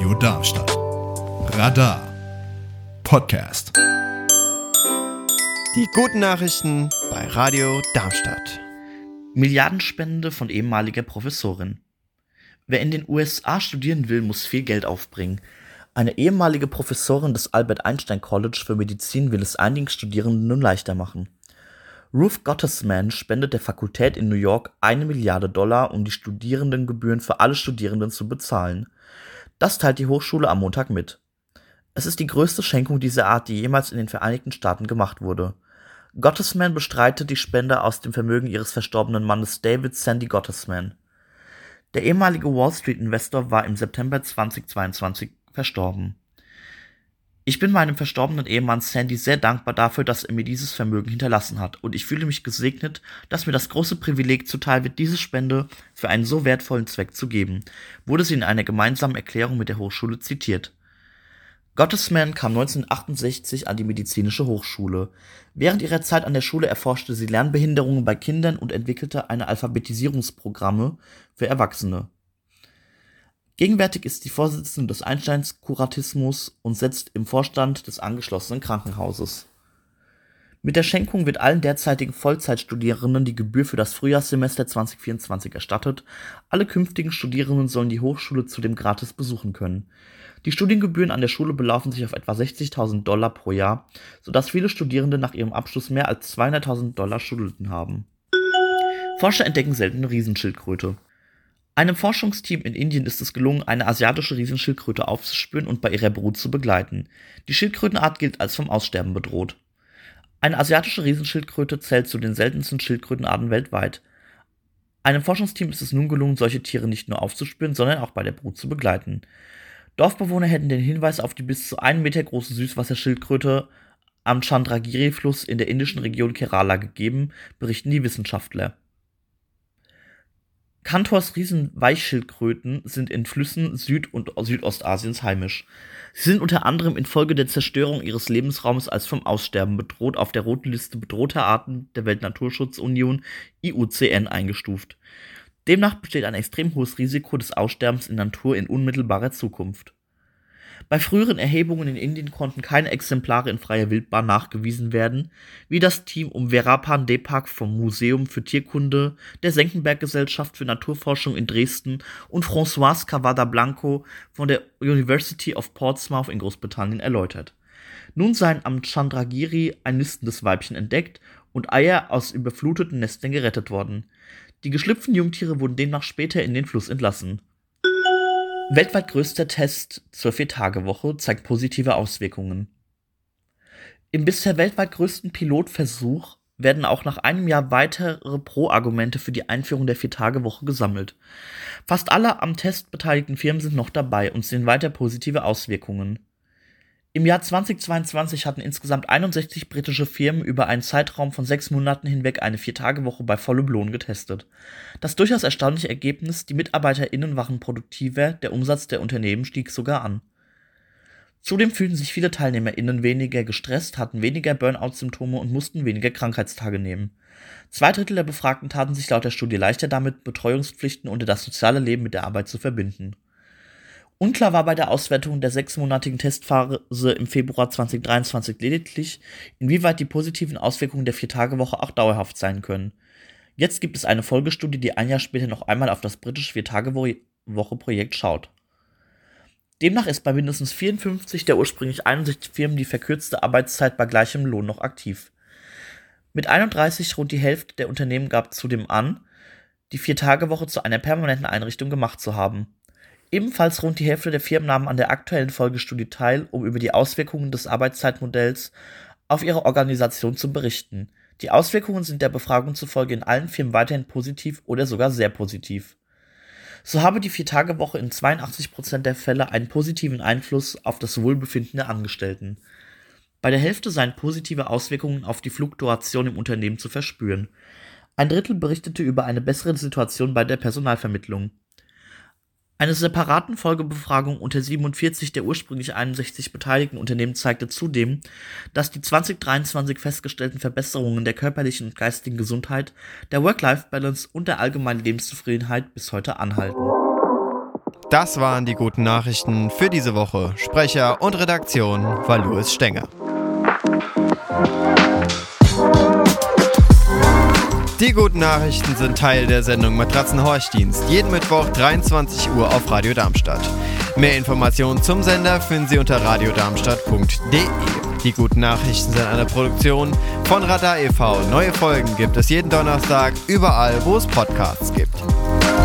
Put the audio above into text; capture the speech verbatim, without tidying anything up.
Radio Darmstadt. Radar Podcast. Die guten Nachrichten bei Radio Darmstadt. Milliardenspende von ehemaliger Professorin. Wer in den U S A studieren will, muss viel Geld aufbringen. Eine ehemalige Professorin des Albert Einstein College für Medizin will es einigen Studierenden nun leichter machen. Ruth Gottesman spendet der Fakultät in New York eine Milliarde Dollar, um die Studierendengebühren für alle Studierenden zu bezahlen. Das teilt die Hochschule am Montag mit. Es ist die größte Schenkung dieser Art, die jemals in den Vereinigten Staaten gemacht wurde. Gottesman bestreitet die Spende aus dem Vermögen ihres verstorbenen Mannes David Sandy Gottesman. Der ehemalige Wall Street-Investor war im September zweitausendzweiundzwanzig verstorben. Ich bin meinem verstorbenen Ehemann Sandy sehr dankbar dafür, dass er mir dieses Vermögen hinterlassen hat, und ich fühle mich gesegnet, dass mir das große Privileg zuteil wird, diese Spende für einen so wertvollen Zweck zu geben, wurde sie in einer gemeinsamen Erklärung mit der Hochschule zitiert. Gottesman kam neunzehnhundertachtundsechzig an die medizinische Hochschule. Während ihrer Zeit an der Schule erforschte sie Lernbehinderungen bei Kindern und entwickelte eine Alphabetisierungsprogramme für Erwachsene. Gegenwärtig ist sie Vorsitzende des Einstein-Kuratismus und sitzt im Vorstand des angeschlossenen Krankenhauses. Mit der Schenkung wird allen derzeitigen Vollzeitstudierenden die Gebühr für das Frühjahrssemester zwanzig vierundzwanzig erstattet. Alle künftigen Studierenden sollen die Hochschule zudem gratis besuchen können. Die Studiengebühren an der Schule belaufen sich auf etwa sechzigtausend Dollar pro Jahr, sodass viele Studierende nach ihrem Abschluss mehr als zweihunderttausend Dollar Schulden haben. Forscher entdecken seltene Riesenschildkröte. Einem Forschungsteam in Indien ist es gelungen, eine asiatische Riesenschildkröte aufzuspüren und bei ihrer Brut zu begleiten. Die Schildkrötenart gilt als vom Aussterben bedroht. Eine asiatische Riesenschildkröte zählt zu den seltensten Schildkrötenarten weltweit. Einem Forschungsteam ist es nun gelungen, solche Tiere nicht nur aufzuspüren, sondern auch bei der Brut zu begleiten. Dorfbewohner hätten den Hinweis auf die bis zu einen Meter große Süßwasserschildkröte am Chandragiri-Fluss in der indischen Region Kerala gegeben, berichten die Wissenschaftler. Cantors Riesenweichschildkröten sind in Flüssen Süd- und Südostasiens heimisch. Sie sind unter anderem infolge der Zerstörung ihres Lebensraumes als vom Aussterben bedroht auf der roten Liste bedrohter Arten der Weltnaturschutzunion I U C N eingestuft. Demnach besteht ein extrem hohes Risiko des Aussterbens in Natur in unmittelbarer Zukunft. Bei früheren Erhebungen in Indien konnten keine Exemplare in freier Wildbahn nachgewiesen werden, wie das Team um Veerapan Deepak vom Museum für Tierkunde, der Senckenberg-Gesellschaft für Naturforschung in Dresden und Françoise Cavada-Blanco von der University of Portsmouth in Großbritannien erläutert. Nun seien am Chandragiri ein nistendes Weibchen entdeckt und Eier aus überfluteten Nestern gerettet worden. Die geschlüpften Jungtiere wurden demnach später in den Fluss entlassen. Weltweit größter Test zur Vier-Tage-Woche zeigt positive Auswirkungen. Im bisher weltweit größten Pilotversuch werden auch nach einem Jahr weitere Pro-Argumente für die Einführung der Vier-Tage-Woche gesammelt. Fast alle am Test beteiligten Firmen sind noch dabei und sehen weiter positive Auswirkungen. Im Jahr zweitausendzweiundzwanzig hatten insgesamt einundsechzig britische Firmen über einen Zeitraum von sechs Monaten hinweg eine Vier-Tage-Woche bei vollem Lohn getestet. Das durchaus erstaunliche Ergebnis: die MitarbeiterInnen waren produktiver, der Umsatz der Unternehmen stieg sogar an. Zudem fühlten sich viele TeilnehmerInnen weniger gestresst, hatten weniger Burnout-Symptome und mussten weniger Krankheitstage nehmen. Zwei Drittel der Befragten taten sich laut der Studie leichter damit, Betreuungspflichten und das soziale Leben mit der Arbeit zu verbinden. Unklar war bei der Auswertung der sechsmonatigen Testphase im Februar zweitausenddreiundzwanzig lediglich, inwieweit die positiven Auswirkungen der Vier-Tage-Woche auch dauerhaft sein können. Jetzt gibt es eine Folgestudie, die ein Jahr später noch einmal auf das britische Vier-Tage-Woche-Projekt schaut. Demnach ist bei mindestens vierundfünfzig der ursprünglich einundsechzig Firmen die verkürzte Arbeitszeit bei gleichem Lohn noch aktiv. Mit einunddreißig, rund die Hälfte der Unternehmen gab zudem an, die Vier-Tage-Woche zu einer permanenten Einrichtung gemacht zu haben. Ebenfalls rund die Hälfte der Firmen nahmen an der aktuellen Folgestudie teil, um über die Auswirkungen des Arbeitszeitmodells auf ihre Organisation zu berichten. Die Auswirkungen sind der Befragung zufolge in allen Firmen weiterhin positiv oder sogar sehr positiv. So habe die Vier-Tage-Woche in zweiundachtzig Prozent der Fälle einen positiven Einfluss auf das Wohlbefinden der Angestellten. Bei der Hälfte seien positive Auswirkungen auf die Fluktuation im Unternehmen zu verspüren. Ein Drittel berichtete über eine bessere Situation bei der Personalvermittlung. Eine separaten Folgebefragung unter siebenundvierzig der ursprünglich einundsechzig beteiligten Unternehmen zeigte zudem, dass die zweitausenddreiundzwanzig festgestellten Verbesserungen der körperlichen und geistigen Gesundheit, der Work-Life-Balance und der allgemeinen Lebenszufriedenheit bis heute anhalten. Das waren die guten Nachrichten für diese Woche. Sprecher und Redaktion war Louis Stenger. Die guten Nachrichten sind Teil der Sendung Matratzenhorchdienst, jeden Mittwoch dreiundzwanzig Uhr auf Radio Darmstadt. Mehr Informationen zum Sender finden Sie unter radiodarmstadt punkt de. Die guten Nachrichten sind eine Produktion von Radar e V. Neue Folgen gibt es jeden Donnerstag, überall, wo es Podcasts gibt.